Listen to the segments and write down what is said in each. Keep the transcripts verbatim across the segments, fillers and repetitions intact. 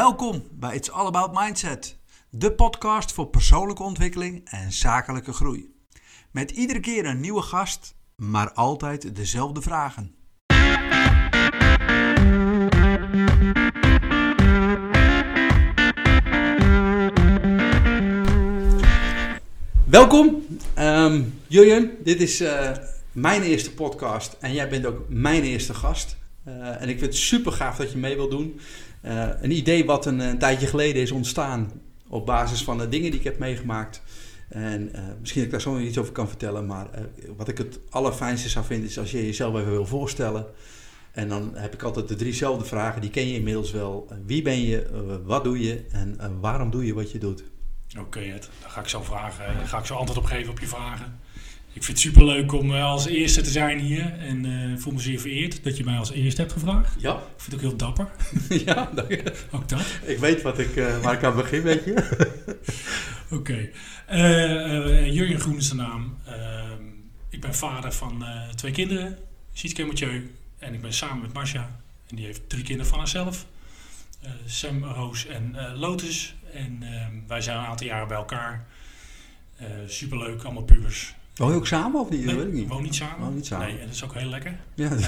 Welkom bij It's All About Mindset, de podcast voor persoonlijke ontwikkeling en zakelijke groei. Met iedere keer een nieuwe gast, maar altijd dezelfde vragen. Welkom, um, Jurjen. Dit is uh, mijn eerste podcast en jij bent ook mijn eerste gast. Uh, en ik vind het super gaaf dat je mee wilt doen. Uh, een idee wat een, een tijdje geleden is ontstaan op basis van de dingen die ik heb meegemaakt. En uh, misschien dat ik daar zo nog iets over kan vertellen. Maar uh, wat ik het allerfijnste zou vinden is als je jezelf even wil voorstellen. En dan heb ik altijd de driezelfde vragen. Die ken je inmiddels wel. Uh, wie ben je? Uh, wat doe je? En uh, waarom doe je wat je doet? Oké, okay, Ed. Dan ga ik zo vragen. Dan ga ik zo antwoord op geven op je vragen. Ik vind het superleuk om uh, als eerste te zijn hier. En uh, voel me zeer vereerd dat je mij als eerste hebt gevraagd. Ja. Ik vind het ook heel dapper. Ja, dank je. Ook dat. Ik weet wat ik, uh, waar ik aan begin, weet je. Oké. Okay. Uh, uh, Jurjen Groen is de naam. Uh, ik ben vader van uh, twee kinderen. Sietke en Mathieu. En ik ben samen met Marcia. En die heeft drie kinderen van haarzelf. Uh, Sam, Roos en uh, Lotus. En uh, wij zijn een aantal jaren bij elkaar. Uh, superleuk, allemaal pubers. Woon je ook samen of niet? Nee, dat weet ik niet. We wonen niet samen. Woon niet samen. Nee, en dat is ook heel lekker. Ja, dat,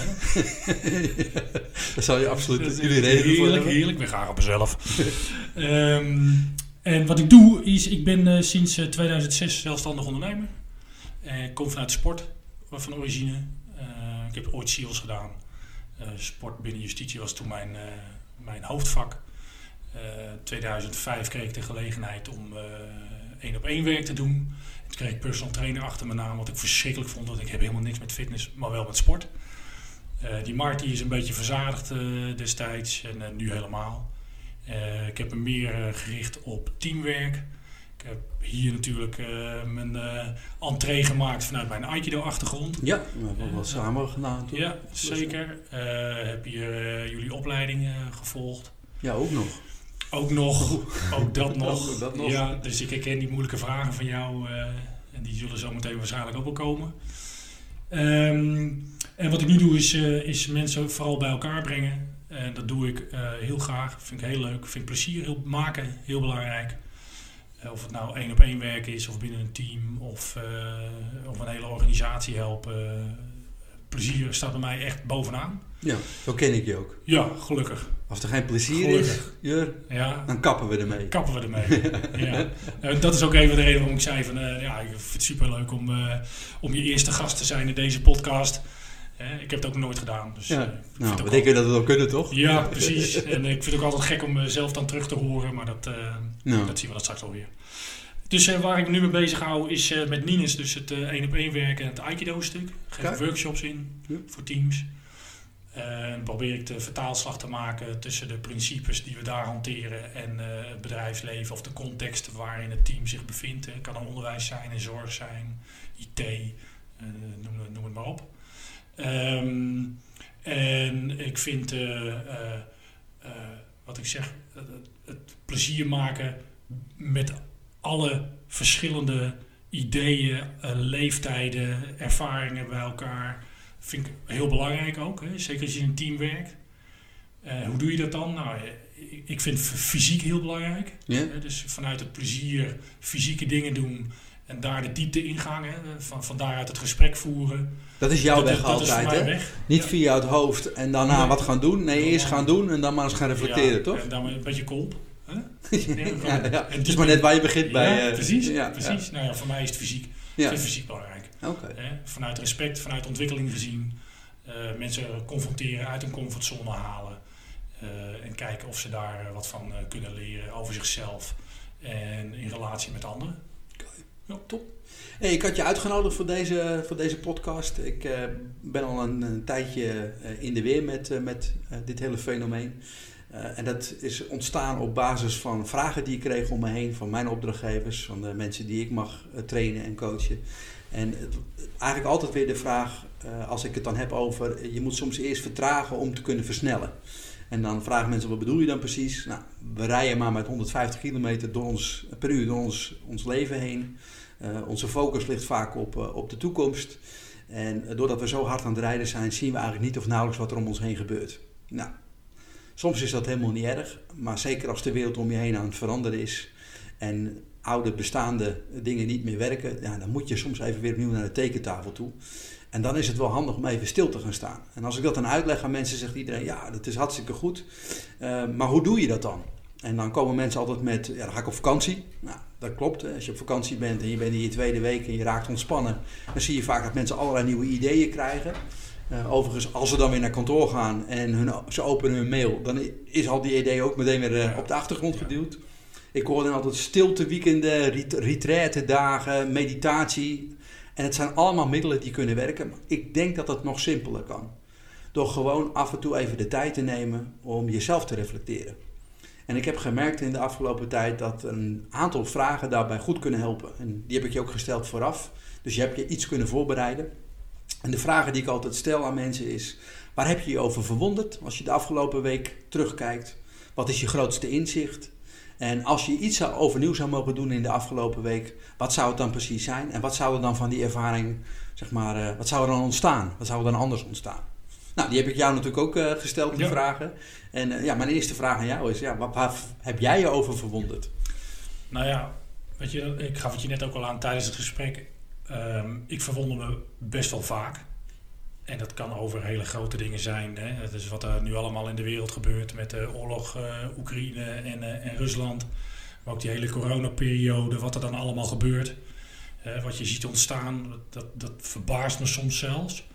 daar zal je absoluut jullie reden voor Heerlijk, hebben. heerlijk. Ik ben graag op mezelf. um, en wat ik doe is, ik ben uh, sinds uh, tweeduizend zes zelfstandig ondernemer. Uh, ik kom vanuit de sport van origine. Uh, ik heb ooit S E A L S gedaan. Uh, sport binnen justitie was toen mijn, uh, mijn hoofdvak. Uh, tweeduizend vijf kreeg ik de gelegenheid om uh, één op één werk te doen. Toen kreeg ik personal trainer achter mijn naam, wat ik verschrikkelijk vond. Want ik heb helemaal niks met fitness, maar wel met sport. Uh, die markt die is een beetje verzadigd uh, destijds en uh, nu helemaal. Uh, ik heb me meer uh, gericht op teamwerk. Ik heb hier natuurlijk uh, mijn uh, entree gemaakt vanuit mijn Aikido-achtergrond. Ja, we hebben wel uh, samen gedaan. Toen. Ja, zeker. Uh, heb hier uh, jullie opleiding uh, gevolgd. Ja, ook nog. Ook nog, ook dat nog. Ook dat nog. Ja, dus ik herken die moeilijke vragen van jou uh, en die zullen zo meteen waarschijnlijk ook wel komen. Um, en wat ik nu doe is, uh, is mensen vooral bij elkaar brengen. En dat doe ik uh, heel graag, vind ik heel leuk, vind ik plezier heel, maken heel belangrijk. Uh, of het nou één op één werk is of binnen een team of, uh, of een hele organisatie helpen. Uh, plezier staat bij mij echt bovenaan. Ja, zo ken ik je ook. Ja, gelukkig. Als er geen plezier gelukkig. is, Jur, ja. dan kappen we ermee. Kappen we ermee, ja. Uh, dat is ook even de reden waarom ik zei van, uh, ja, ik vind het superleuk om, uh, om je eerste gast te zijn in deze podcast. Uh, ik heb het ook nooit gedaan. Dus, ja. uh, nou, we denken dat we dat kunnen, toch? Ja, precies. En uh, ik vind het ook altijd gek om mezelf dan terug te horen, maar dat, uh, nou. dat zien we dat straks alweer. Dus uh, waar ik me nu mee bezig hou is uh, met Nines, dus het uh, één op één werken en het Aikido stuk. Ik geef Kijk. workshops in ja. voor teams. En uh, probeer ik de vertaalslag te maken tussen de principes die we daar hanteren en uh, het bedrijfsleven of de context waarin het team zich bevindt. Het kan een onderwijs zijn, een zorg zijn, I T, uh, noem, noem het maar op. Um, en ik vind, uh, uh, uh, wat ik zeg, uh, het plezier maken met alle verschillende ideeën, uh, leeftijden, ervaringen bij elkaar. Vind ik heel belangrijk ook, hè? Zeker als je in een team werkt. Uh, hoe doe je dat dan? Nou, ik vind fysiek heel belangrijk. Yeah. Hè? Dus vanuit het plezier fysieke dingen doen en daar de diepte ingaan. Hè? Van, van daaruit het gesprek voeren. Dat is jouw dat, weg dat, dat altijd, hè? Weg. Niet ja. via het hoofd en daarna nee. wat gaan doen. Nee, eerst gaan doen en dan maar eens gaan reflecteren, ja, toch? En dan een beetje kolp. Huh? ja, ja, ja. Het is maar net waar je begint bij. Ja, uh, precies. Ja, precies. Ja. Nou ja, voor mij is het fysiek. Ja. Ik vind fysiek belangrijk. Okay. Hè? Vanuit respect, vanuit ontwikkeling gezien. Uh, mensen confronteren, uit hun comfortzone halen. Uh, en kijken of ze daar wat van uh, kunnen leren over zichzelf. En in relatie met anderen. Okay. Ja, top. Hey, ik had je uitgenodigd voor deze, voor deze podcast. Ik uh, ben al een, een tijdje uh, in de weer met, uh, met uh, dit hele fenomeen. Uh, en dat is ontstaan op basis van vragen die ik kreeg om me heen. Van mijn opdrachtgevers, van de mensen die ik mag uh, trainen en coachen. En uh, eigenlijk altijd weer de vraag, uh, als ik het dan heb over... je moet soms eerst vertragen om te kunnen versnellen. En dan vragen mensen, wat bedoel je dan precies? Nou, we rijden maar met honderdvijftig kilometer door ons, per uur door ons, ons leven heen. Uh, onze focus ligt vaak op, uh, op de toekomst. En uh, doordat we zo hard aan het rijden zijn, zien we eigenlijk niet of nauwelijks wat er om ons heen gebeurt. Nou, Soms is dat helemaal niet erg, maar zeker als de wereld om je heen aan het veranderen is en oude bestaande dingen niet meer werken, ja, dan moet je soms even weer opnieuw naar de tekentafel toe. En dan is het wel handig om even stil te gaan staan. En als ik dat dan uitleg aan mensen, zegt iedereen, ja, dat is hartstikke goed. Uh, maar hoe doe je dat dan? En dan komen mensen altijd met, ja, dan ga ik op vakantie. Nou, dat klopt. Hè. Als je op vakantie bent en je bent in je tweede week en je raakt ontspannen, dan zie je vaak dat mensen allerlei nieuwe ideeën krijgen. Uh, overigens, als ze dan weer naar kantoor gaan en hun, ze openen hun mail, dan is al die idee ook meteen weer uh, op de achtergrond geduwd. Ik hoor dan altijd stilteweekenden, retraite-dagen, meditatie. En het zijn allemaal middelen die kunnen werken. Maar ik denk dat het nog simpeler kan. Door gewoon af en toe even de tijd te nemen om jezelf te reflecteren. En ik heb gemerkt in de afgelopen tijd dat een aantal vragen daarbij goed kunnen helpen. En die heb ik je ook gesteld vooraf. Dus je hebt je iets kunnen voorbereiden. En de vragen die ik altijd stel aan mensen is: waar heb je je over verwonderd als je de afgelopen week terugkijkt? Wat is je grootste inzicht? En als je iets overnieuw zou mogen doen in de afgelopen week, wat zou het dan precies zijn? En wat zou er dan van die ervaring, zeg maar, uh, wat zou er dan ontstaan? Wat zou er dan anders ontstaan? Nou, die heb ik jou natuurlijk ook uh, gesteld, die ja. vragen. En uh, ja, mijn eerste vraag aan jou is, ja, wat, waar heb jij je over verwonderd? Nou ja, weet je, ik gaf het je net ook al aan tijdens het gesprek. Um, ik verwonder me best wel vaak. En dat kan over hele grote dingen zijn. Hè. Dat is wat er nu allemaal in de wereld gebeurt met de oorlog, uh, Oekraïne en, uh, en Rusland. Maar ook die hele coronaperiode, wat er dan allemaal gebeurt. Uh, wat je ziet ontstaan, dat, dat verbaast me soms zelfs.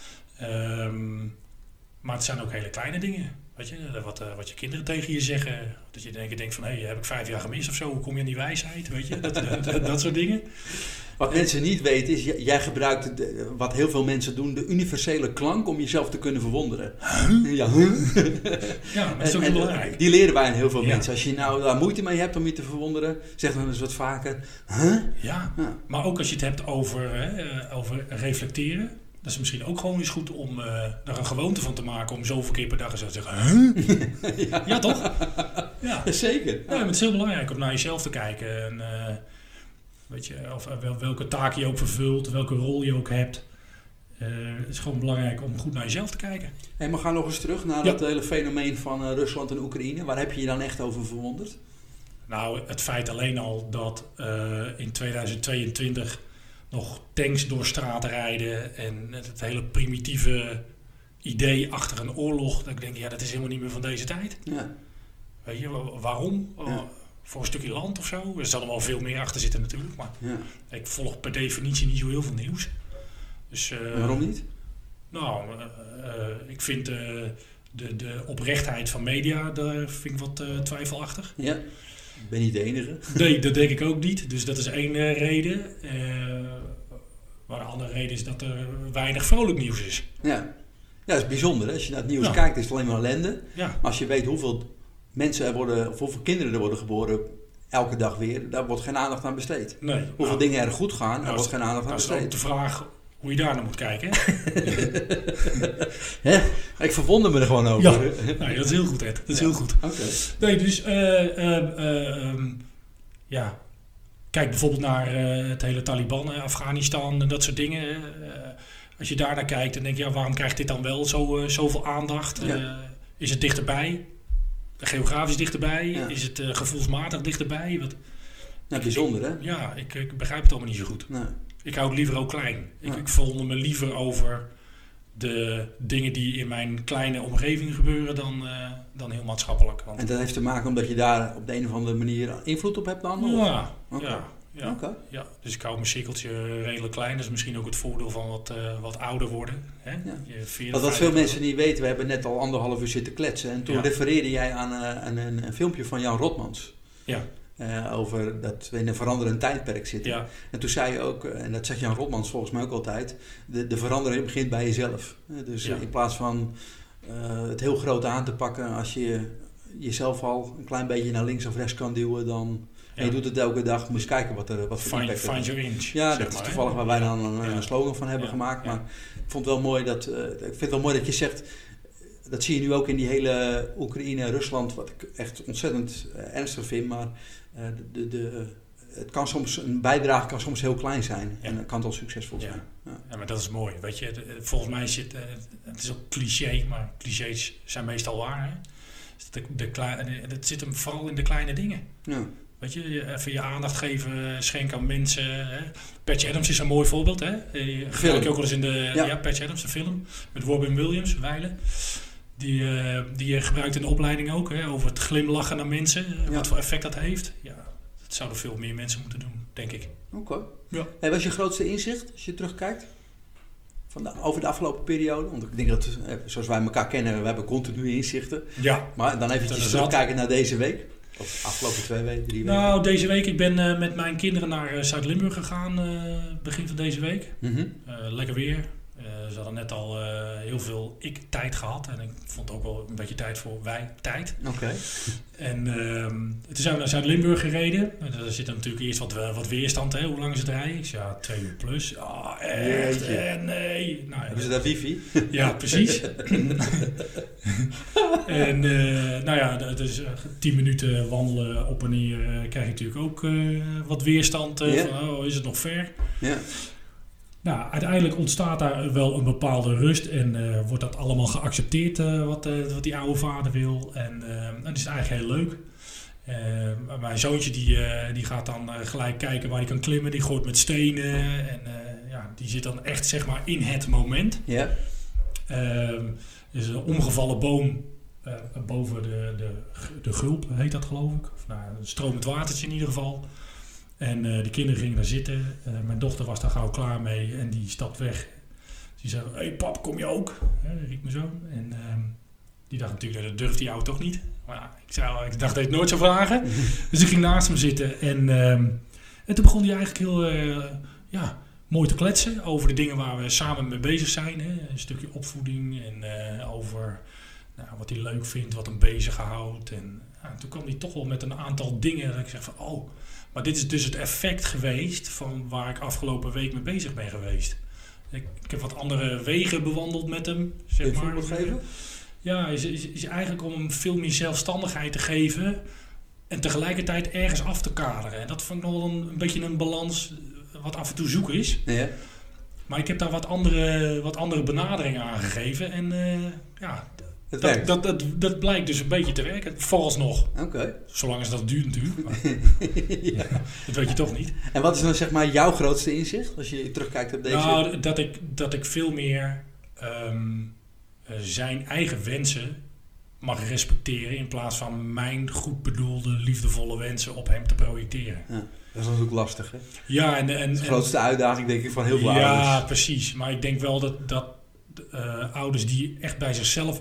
Um, maar het zijn ook hele kleine dingen. Weet je, wat, uh, wat je kinderen tegen je zeggen. Dat je denkt, denkt van, hé, hey, heb ik vijf jaar gemist of zo? Hoe kom je aan die wijsheid? Weet je, dat, dat, dat soort dingen. Wat mensen niet weten is, jij gebruikt de, wat heel veel mensen doen, de universele klank om jezelf te kunnen verwonderen. Huh? Ja, huh? Ja, maar dat is ook heel belangrijk. Die leren wij aan heel veel ja. mensen. Als je nou daar moeite mee hebt om je te verwonderen, zeg dan eens wat vaker. Huh? Ja, ja, maar ook als je het hebt over, hè, over reflecteren. Dat is misschien ook gewoon eens goed om uh, er een gewoonte van te maken om zoveel keer per dag eens te zeggen, huh? ja. ja, toch? Ja, zeker. Ja, maar het is heel belangrijk om naar jezelf te kijken. En, uh, weet je, of wel, welke taak je ook vervult, welke rol je ook hebt. Uh, het is gewoon belangrijk om goed naar jezelf te kijken. Hey, maar ga nog eens terug naar ja. dat hele fenomeen van uh, Rusland en Oekraïne. Waar heb je je dan echt over verwonderd? Nou, het feit alleen al dat uh, in tweeduizend tweeëntwintig nog tanks door straten rijden en het hele primitieve idee achter een oorlog. Dat ik denk, ja, dat is helemaal niet meer van deze tijd. Ja. Weet je, waarom? Ja. Voor een stukje land of zo. Er zal er wel veel meer achter zitten natuurlijk. Maar ja. ik volg per definitie niet zo heel veel nieuws. Dus, uh, waarom niet? Nou, uh, uh, ik vind uh, de, de oprechtheid van media, daar vind ik wat uh, twijfelachtig. Ja, ik ben niet de enige. Nee, dat denk ik ook niet. Dus dat is één uh, reden. Uh, maar een andere reden is dat er weinig vrolijk nieuws is. Ja, ja, dat is bijzonder. Hè? Als je naar het nieuws ja. kijkt, is het alleen maar ellende. Ja. Maar als je weet hoeveel mensen er worden, of hoeveel kinderen er worden geboren elke dag weer, daar wordt geen aandacht aan besteed. Nee, hoeveel nou, dingen er goed gaan, daar nou, wordt geen aandacht aan besteed. Dat is ook de vraag hoe je daar naar moet kijken. Hè? Ik verwonder me er gewoon over. Ja, nee, dat is heel goed, Ed. Dat is ja. heel goed. Okay. Nee, dus uh, uh, uh, um, ja, kijk bijvoorbeeld naar uh, het hele Taliban, uh, Afghanistan en dat soort dingen. Uh, als je daar naar kijkt, dan denk je, ja, waarom krijgt dit dan wel zo, uh, zoveel aandacht? Ja. Uh, is het dichterbij? Geografisch dichterbij? Ja. Is het uh, gevoelsmatig dichterbij? Wat, nou, bijzonder, hè? Ja, ik, ik begrijp het allemaal niet zo goed. Nee. Ik hou het liever ook klein. Ik, ja. ik verwonder me liever over de dingen die in mijn kleine omgeving gebeuren dan, uh, dan heel maatschappelijk. Want en dat heeft te maken omdat je daar op de een of andere manier invloed op hebt dan? Ja, okay. ja, ja, okay. ja. Dus ik hou mijn cirkeltje redelijk klein. Dat is misschien ook het voordeel van wat, uh, wat ouder worden. Hè? Ja. Je wat, wat veel mensen niet weten, we hebben net al anderhalf uur zitten kletsen. En toen ja. refereerde jij aan, uh, aan een, een filmpje van Jan Rotmans. Ja. Uh, over dat we in een veranderend tijdperk zitten. Ja. En toen zei je ook, en dat zegt Jan Rotmans volgens mij ook altijd, de, de verandering begint bij jezelf. Uh, dus ja. in plaats van uh, het heel groot aan te pakken, als je jezelf al een klein beetje naar links of rechts kan duwen, dan ja. en je doet het elke dag, moet je eens kijken wat er wat voor find, find your inch. Ja, dat is toevallig waar wij dan een, ja. een slogan van hebben ja. gemaakt. Maar ja. ik vond het wel mooi dat, uh, ik vind het wel mooi dat je zegt, dat zie je nu ook in die hele Oekraïne, Rusland, wat ik echt ontzettend uh, ernstig vind, maar uh, de, de, uh, het kan soms, een bijdrage kan soms heel klein zijn ja. en het kan toch succesvol zijn. Ja. Ja. ja, maar dat is mooi. Weet je, volgens mij zit, uh, het is ook cliché, maar clichés zijn meestal waar. Hè? De, de, de, het zit hem vooral in de kleine dingen. Ja. Weet je, even je aandacht geven, schenken aan mensen. Hè. Patch Adams is een mooi voorbeeld. Hè. Je gebruik je ook wel eens in de ja. Ja, Patch Adams, de film. Met Robin Williams, Wijlen. Die, uh, die je gebruikt in de opleiding ook. Hè, over het glimlachen naar mensen. Ja. Wat voor effect dat heeft. Ja, dat zouden veel meer mensen moeten doen, denk ik. Oké. Okay. Ja. Hey, wat is je grootste inzicht als je terugkijkt? Van de, over de afgelopen periode? Want ik denk dat, zoals wij elkaar kennen, we hebben continu inzichten. Ja. Maar dan even terugkijken naar deze week. Of afgelopen twee weken, drie weken. Nou, deze week, ik ben uh, met mijn kinderen naar uh, Zuid-Limburg gegaan, uh, begin van deze week. Mm-hmm. Uh, lekker weer. Uh, ze hadden net al uh, heel veel ik-tijd gehad. En ik vond ook wel een beetje tijd voor wij-tijd. Oké. Okay. En uh, toen zijn we naar Zuid-Limburg gereden. Daar zit natuurlijk eerst wat, uh, wat weerstand. Hè? Hoe lang is het rijden? Ik zei, ja, twee uur plus. Ah, oh, echt? Eh, nee. Nou, ja, hebben ze daar wifi? Ja, precies. En uh, nou ja, dus uh, tien minuten wandelen op en neer uh, krijg je natuurlijk ook uh, wat weerstand. Uh, yeah. Van, oh, is het nog ver? Ja. Yeah. Nou, uiteindelijk ontstaat daar wel een bepaalde rust en uh, wordt dat allemaal geaccepteerd uh, wat, uh, wat die oude vader wil. En uh, dat is eigenlijk heel leuk. Uh, mijn zoontje die, uh, die gaat dan uh, gelijk kijken waar hij kan klimmen. Die gooit met stenen en uh, ja, die zit dan echt zeg maar in het moment. Ja. Yeah. Uh, er is een omgevallen boom uh, boven de, de, de gulp, heet dat geloof ik. Of, nou, een stromend watertje in ieder geval. En uh, de kinderen gingen daar zitten. Uh, mijn dochter was daar gauw klaar mee en die stapt weg. Die zei, hé hey, pap, kom je ook? Ja, riep me zo. En uh, die dacht natuurlijk, dat durft die oude toch niet. Maar ja, ik, zei, ik dacht dat ik het nooit zou vragen. Dus ik ging naast hem zitten. En, uh, en toen begon hij eigenlijk heel uh, ja, mooi te kletsen over de dingen waar we samen mee bezig zijn. Hè. Een stukje opvoeding en uh, over nou, wat hij leuk vindt, wat hem bezighoudt. En ja, toen kwam hij toch wel met een aantal dingen dat ik zeg van, oh... Maar dit is dus het effect geweest van waar ik afgelopen week mee bezig ben geweest. Ik, ik heb wat andere wegen bewandeld met hem. Zeg maar. Wat geven? Ja, is, is, is eigenlijk om hem veel meer zelfstandigheid te geven. En tegelijkertijd ergens af te kaderen. En dat vond ik nog wel een, een beetje een balans wat af en toe zoeken is. Ja. Maar ik heb daar wat andere, wat andere benaderingen aan gegeven. En uh, ja... Dat, dat, dat, dat blijkt dus een beetje te werken, vooralsnog. Oké. Okay. Zolang als dat duurt natuurlijk. Maar, ja. Dat weet je toch niet. En wat is dan zeg maar jouw grootste inzicht als je terugkijkt op deze... Nou, dat ik, dat ik veel meer um, zijn eigen wensen mag respecteren... in plaats van mijn goed bedoelde, liefdevolle wensen op hem te projecteren. Ja, dat is natuurlijk lastig, hè? Ja, en... en dat is de grootste en, uitdaging, denk ik, van heel veel ja, ouders. Ja, precies. Maar ik denk wel dat, dat uh, ouders die echt bij zichzelf...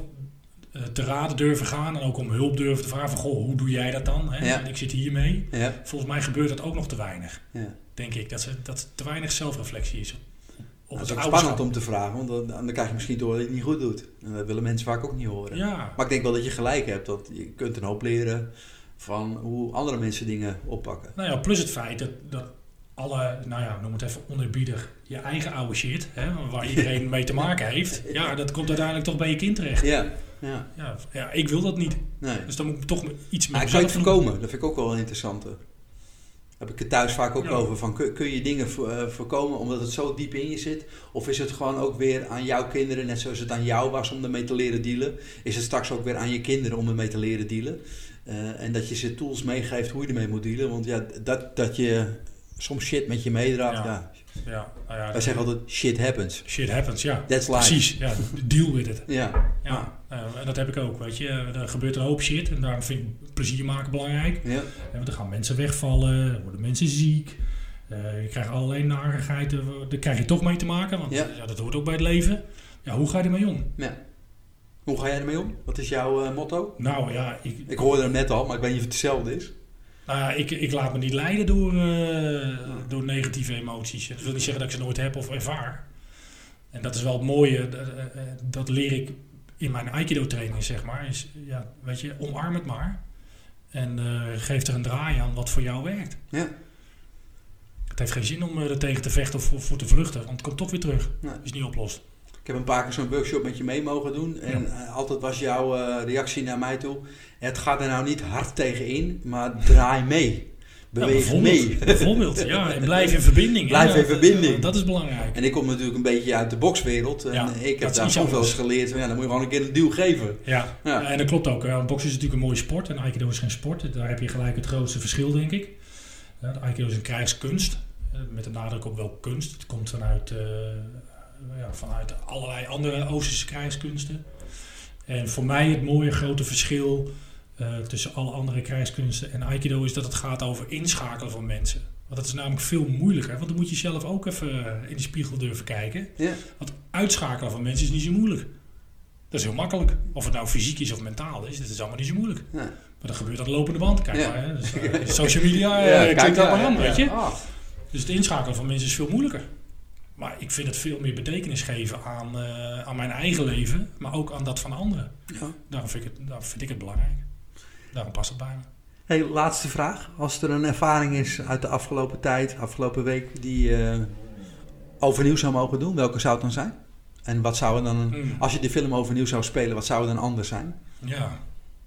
te raden durven gaan en ook om hulp durven te vragen van, goh, hoe doe jij dat dan? Hè? Ja. Ik zit hiermee. Ja. Volgens mij gebeurt dat ook nog te weinig. Ja. Denk ik, dat, ze, dat er te weinig zelfreflectie is. Op het is ook spannend om te vragen, want dan, dan krijg je misschien door dat je het niet goed doet. En dat willen mensen vaak ook niet horen. Ja. Maar ik denk wel dat je gelijk hebt, dat je kunt een hoop leren van hoe andere mensen dingen oppakken. Nou ja, plus het feit dat, dat alle, nou ja, noem het even oneerbiedig, je eigen oude shit, hè, waar iedereen mee te maken heeft, ja, dat komt uiteindelijk toch bij je kind terecht. Ja. Ja. Ja, ja, ik wil dat niet. Nee. Dus dan moet ik toch iets meer... Maar kan je het voorkomen? Dat vind ik ook wel een interessante. Daar heb ik het thuis vaak ook ja. over. Van, kun, kun je dingen vo- uh, voorkomen omdat het zo diep in je zit? Of is het gewoon ook weer aan jouw kinderen, net zoals het aan jou was om ermee te leren dealen? Is het straks ook weer aan je kinderen om ermee te leren dealen? Uh, en dat je ze tools meegeeft hoe je ermee moet dealen. Want ja, dat, dat je soms shit met je meedraagt, ja... ja. Ja, nou ja, wij zeggen altijd, shit happens. Shit happens, ja. That's life. Precies, ja. Deal with it. Ja. Ja. Uh, en dat heb ik ook, weet je. Er gebeurt een hoop shit en daarom vind ik plezier maken belangrijk. Ja. En er gaan mensen wegvallen, er worden mensen ziek. Uh, je krijgt allerlei narigheid, daar krijg je toch mee te maken, want ja. Ja, dat hoort ook bij het leven. Ja, hoe ga je ermee om? Ja. Hoe ga jij ermee om? Wat is jouw uh, motto? Nou ja, ik... Ik hoorde hem net al, maar ik weet niet of het hetzelfde is. Nou ja, ik, ik laat me niet leiden door, uh, door negatieve emoties. Dat wil niet zeggen dat ik ze nooit heb of ervaar. En dat is wel het mooie, dat, uh, dat leer ik in mijn Aikido training, zeg maar. Is, ja, weet je, omarm het maar. En uh, geef er een draai aan wat voor jou werkt. Ja. Het heeft geen zin om er tegen te vechten of voor, voor te vluchten, want het komt toch weer terug. Nee. Is niet oplost. Ik heb een paar keer zo'n workshop met je mee mogen doen. En ja. altijd was jouw uh, reactie naar mij toe. Het gaat er nou niet hard tegen in, maar draai mee. Beweeg ja, mee. Bijvoorbeeld, ja. En blijf in verbinding. Blijf hè? in verbinding. Dat, dat is belangrijk. En ik kom natuurlijk een beetje uit de bokswereld. En Ja, ik heb dat daar is soms wel eens anders. geleerd. Ja, dan moet je gewoon een keer een duw geven. Ja, Ja. en dat klopt ook. Ja, boksen is natuurlijk een mooie sport. En Aikido is geen sport. Daar heb je gelijk het grootste verschil, denk ik. Ja, de Aikido is een krijgskunst. Met de nadruk op wel kunst. Het komt vanuit, uh, ja, vanuit allerlei andere Oosterse krijgskunsten. En voor mij het mooie grote verschil uh, tussen alle andere krijgskunsten en Aikido is dat het gaat over inschakelen van mensen. Want dat is namelijk veel moeilijker. Want dan moet je zelf ook even in de spiegel durven kijken. Ja. Want uitschakelen van mensen is niet zo moeilijk. Dat is heel makkelijk. Of het nou fysiek is of mentaal is, dat is allemaal niet zo moeilijk. Ja. Maar dat gebeurt aan de lopende band. Kijk ja. maar, hè. Dus, uh, social media, uh, ja, kijk dat maar aan, weet je. Ah. Dus het inschakelen van mensen is veel moeilijker. Maar ik vind het veel meer betekenis geven aan, uh, aan mijn eigen leven, maar ook aan dat van anderen. Ja. Daarom, vind ik het, daarom vind ik het belangrijk. Daarom past het bij me. Hey, laatste vraag. Als er een ervaring is uit de afgelopen tijd, afgelopen week, die uh, overnieuw zou mogen doen, welke zou het dan zijn? En wat zou er dan, hmm. als je die film overnieuw zou spelen, wat zou er dan anders zijn? Ja.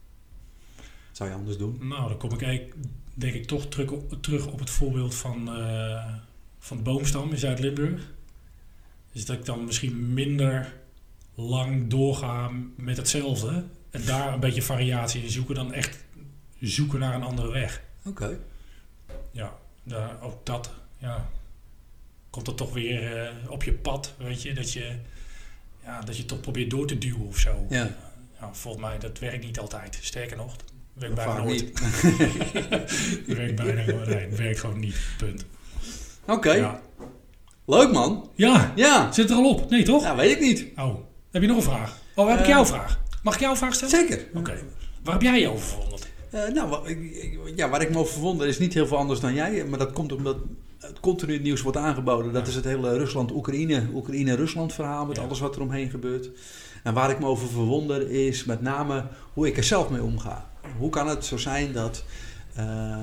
Wat zou je anders doen? Nou, dan kom ik eigenlijk, denk ik toch terug op, terug op het voorbeeld van, uh, van de boomstam in Zuid-Limburg. Dus dat ik dan misschien minder lang doorga met hetzelfde. En daar een beetje variatie in zoeken. Dan echt zoeken naar een andere weg. Oké. Okay. Ja, daar, ook dat. Ja. Komt er toch weer uh, op je pad. Weet je, dat je, ja, dat je toch probeert door te duwen of zo. Ja. Ja, volgens mij, dat werkt niet altijd. Sterker nog, dat werkt bijna nooit. Dat werkt bijna nooit. Nee, dat werkt gewoon niet. Punt. Oké. Okay. Ja. Leuk man. Ja. ja. Zit er al op? Nee, toch? Ja, weet ik niet. Oh. Heb je nog een vraag? Oh, heb uh, ik jouw vraag? Mag ik jouw vraag stellen? Zeker. Oké. Okay. Waar heb jij je over verwonderd? Uh, nou, wat, ik, ja, waar ik me over verwonder is niet heel veel anders dan jij. Maar dat komt omdat het continu het nieuws wordt aangeboden. Dat ja. is het hele Rusland-Oekraïne, Oekraïne-Rusland verhaal met ja. alles wat er omheen gebeurt. En waar ik me over verwonder is met name hoe ik er zelf mee omga. Hoe kan het zo zijn dat uh,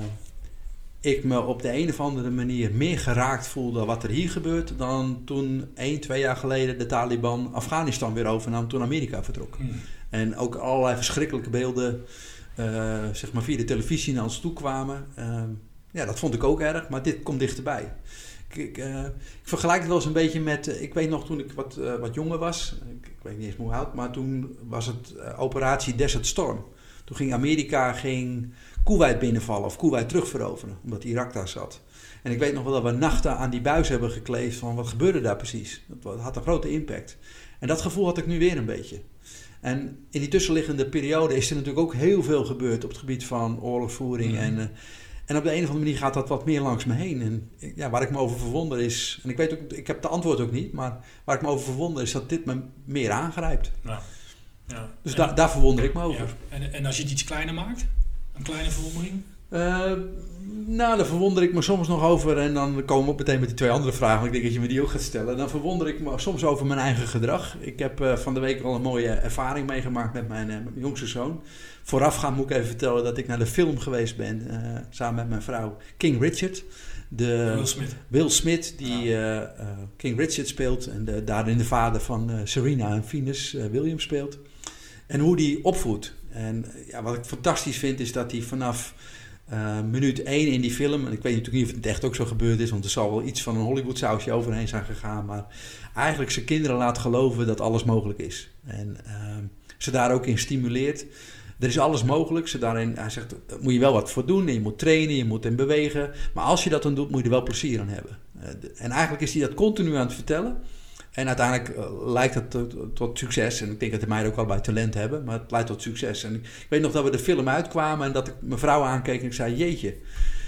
ik me op de een of andere manier meer geraakt voel door wat er hier gebeurt dan toen één, twee jaar geleden de Taliban Afghanistan weer overnam toen Amerika vertrok. Hmm. En ook allerlei verschrikkelijke beelden uh, zeg maar via de televisie naar ons toe kwamen. Uh, ja, dat vond ik ook erg, maar dit komt dichterbij. Ik, ik, uh, ik vergelijk het wel eens een beetje met, uh, ik weet nog toen ik wat, uh, wat jonger was, ik, ik weet niet eens hoe oud, maar toen was het uh, operatie Desert Storm. Toen ging Amerika ging Koeweit binnenvallen of Koeweit terugveroveren, omdat Irak daar zat. En ik weet nog wel dat we nachten aan die buis hebben gekleefd van wat gebeurde daar precies. Dat had een grote impact. En dat gevoel had ik nu weer een beetje. En in die tussenliggende periode is er natuurlijk ook heel veel gebeurd op het gebied van oorlogsvoering. Mm. En, uh, en op de een of andere manier gaat dat wat meer langs me heen. En ja, waar ik me over verwonder is, en ik weet ook, ik heb de antwoord ook niet, maar waar ik me over verwonder is dat dit me meer aangrijpt. Ja. Ja. Dus da- daar verwonder ik me over. Ja. En, en als je het iets kleiner maakt? Een kleine verwondering? Uh, nou, daar verwonder ik me soms nog over. En dan komen we op meteen met die twee andere vragen. Want ik denk dat je me die ook gaat stellen. Dan verwonder ik me soms over mijn eigen gedrag. Ik heb uh, van de week al een mooie ervaring meegemaakt met mijn, uh, met mijn jongste zoon. Voorafgaand moet ik even vertellen dat ik naar de film geweest ben. Uh, samen met mijn vrouw King Richard. De, Will Smith. Will Smith, die ja. uh, uh, King Richard speelt. En de, daarin de vader van uh, Serena en Venus uh, Williams speelt. En hoe die opvoedt. En ja, wat ik fantastisch vind is dat hij vanaf uh, minuut één in die film... en ik weet natuurlijk niet of het echt ook zo gebeurd is... want er zal wel iets van een Hollywood sausje overheen zijn gegaan... maar eigenlijk zijn kinderen laat geloven dat alles mogelijk is. En uh, ze daar ook in stimuleert. Er is alles mogelijk. Ze daarin, hij zegt, daar moet je wel wat voor doen... en je moet trainen, je moet in bewegen... maar als je dat dan doet, moet je er wel plezier aan hebben. Uh, en eigenlijk is hij dat continu aan het vertellen... En uiteindelijk uh, lijkt het tot, tot succes. En ik denk dat de meiden ook wel bij talent hebben. Maar het leidt tot succes. En ik, ik weet nog dat we de film uitkwamen. En dat ik mijn vrouw aankeek en ik zei... Jeetje,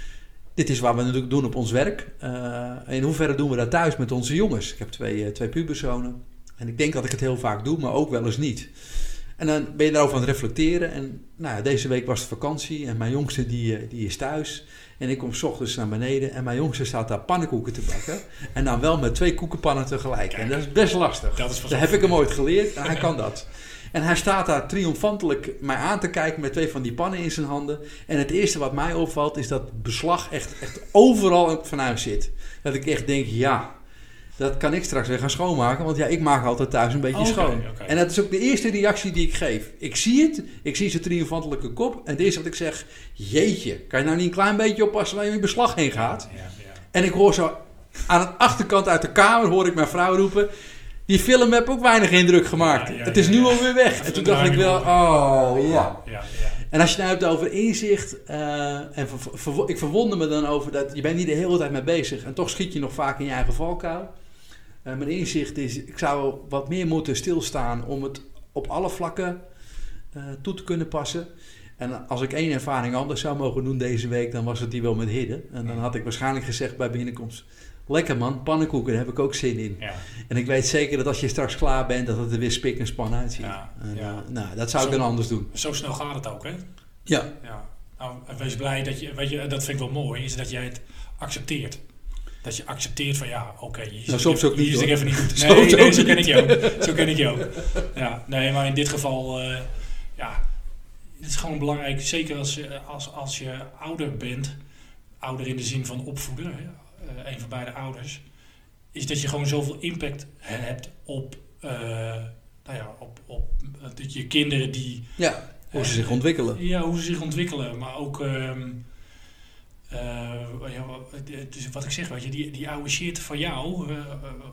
dit is wat we natuurlijk doen op ons werk. Uh, in hoeverre doen we dat thuis met onze jongens? Ik heb twee, uh, twee puberzonen. En ik denk dat ik het heel vaak doe, maar ook wel eens niet. En dan ben je daarover aan het reflecteren. En nou ja, deze week was het vakantie. En mijn jongste die, die is thuis. En ik kom 's ochtends naar beneden en mijn jongste staat daar pannenkoeken te bakken. En dan wel met twee koekenpannen tegelijk. En dat is best lastig. Dat is dat heb ik hem ooit geleerd en hij kan dat. En hij staat daar triomfantelijk mij aan te kijken met twee van die pannen in zijn handen. En het eerste wat mij opvalt is dat beslag echt, echt overal van huis zit. Dat ik echt denk, ja, dat kan ik straks weer gaan schoonmaken. Want ja, ik maak altijd thuis een beetje Okay, schoon. okay. En dat is ook de eerste reactie die ik geef. Ik zie het, ik zie zijn triomfantelijke kop. En het eerste wat ik zeg, jeetje, kan je nou niet een klein beetje oppassen waar je in beslag heen gaat? Ja, ja. En ik hoor zo aan de achterkant uit de kamer, hoor ik mijn vrouw roepen, die film heeft ook weinig indruk gemaakt. Ja, ja, het is nu ja, alweer weg. En toen dacht ik wel, oh ja. ja, ja. En als je het nou hebt over inzicht, uh, en ver, ver, ik verwonder me dan over dat je bent niet de hele tijd mee bezig en toch schiet je nog vaak in je eigen valkuil. Uh, mijn inzicht is, ik zou wat meer moeten stilstaan om het op alle vlakken uh, toe te kunnen passen. En als ik één ervaring anders zou mogen doen deze week, dan was het die wel met Hidde. En dan had ik waarschijnlijk gezegd bij binnenkomst, lekker man, pannenkoeken, daar heb ik ook zin in. Ja. En ik weet zeker dat als je straks klaar bent, dat het er weer spik en span uitziet. Ja, en, ja. Uh, nou, dat zou zo, ik dan anders doen. Zo snel gaat het ook, hè? Ja. ja. Nou, wees blij dat je, weet je, dat vind ik wel mooi, is dat jij het accepteert. Dat je accepteert van ja, oké, okay, hier nou, soms ook niet, is ik even niet goed. Nee, nee, nee zo ken ik je ook. Zo ken ik je ook. Ja, nee, maar in dit geval, uh, ja, het is gewoon belangrijk, zeker als, als, als je ouder bent, ouder in de zin van opvoeden, uh, een van beide ouders, is dat je gewoon zoveel impact hebt op, uh, nou ja, op, op dat je kinderen die... Ja, hoe ze uh, zich ontwikkelen. Ja, hoe ze zich ontwikkelen, maar ook... Um, Uh, ja, dus wat ik zeg, weet je, die, die oude shit van jou, uh, uh,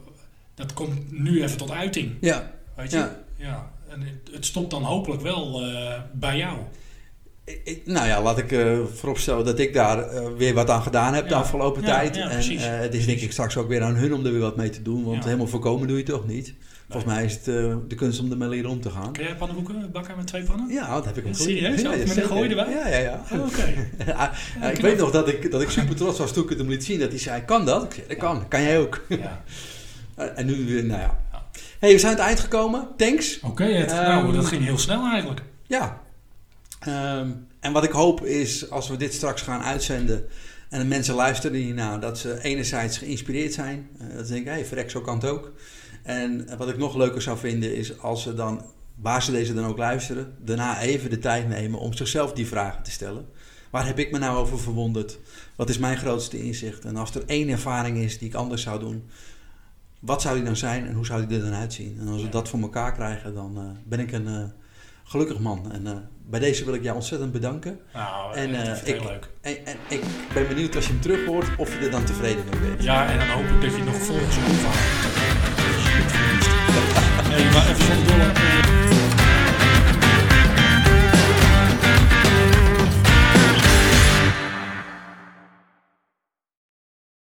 dat komt nu even tot uiting. Ja. Weet je? Ja. Ja. En het, het stopt dan hopelijk wel uh, bij jou. Ik, ik, nou ja, laat ik uh, vooropstellen dat ik daar uh, weer wat aan gedaan heb ja. de afgelopen ja, tijd. Ja, en uh, het is denk ik straks ook weer aan hun om er weer wat mee te doen, want ja. helemaal voorkomen doe je toch niet. Volgens nee. mij is het uh, de kunst om ermee leren om te gaan. Kun jij pannenkoeken bakken met twee pannen? Ja, dat heb ik hem geleerd. Serieus? Ja, ja, met een gooi erbij? Ja, ja, ja. Oh, oké. Okay. ja, ja, ik weet nog dat ik, dat ik super trots was toen ik het hem liet zien. Dat hij zei, kan dat? Ik zei, dat kan. Kan jij ook. Ja. En nu, nou ja. Hey, we zijn aan het eind gekomen. Thanks. Oké, okay, um, nou, dat ging heel snel eigenlijk. Ja. Um, en wat ik hoop is, als we dit straks gaan uitzenden en de mensen luisteren hierna, dat ze enerzijds geïnspireerd zijn. Uh, dat ze denken, hé, hey, verrek, zo kan het ook. En wat ik nog leuker zou vinden is als ze dan, waar ze deze dan ook luisteren, daarna even de tijd nemen om zichzelf die vragen te stellen. Waar heb ik me nou over verwonderd? Wat is mijn grootste inzicht? En als er één ervaring is die ik anders zou doen, wat zou die dan zijn en hoe zou die er dan uitzien? En als we dat voor elkaar krijgen, dan uh, ben ik een uh, gelukkig man. En uh, bij deze wil ik jou ontzettend bedanken. Nou, en, uh, dat vind ik heel leuk. En, en ik ben benieuwd als je hem terug hoort of je er dan tevreden mee bent. Ja, en dan hoop ik dat je nog volgens je opvalt. Nee, maar even van de dolle.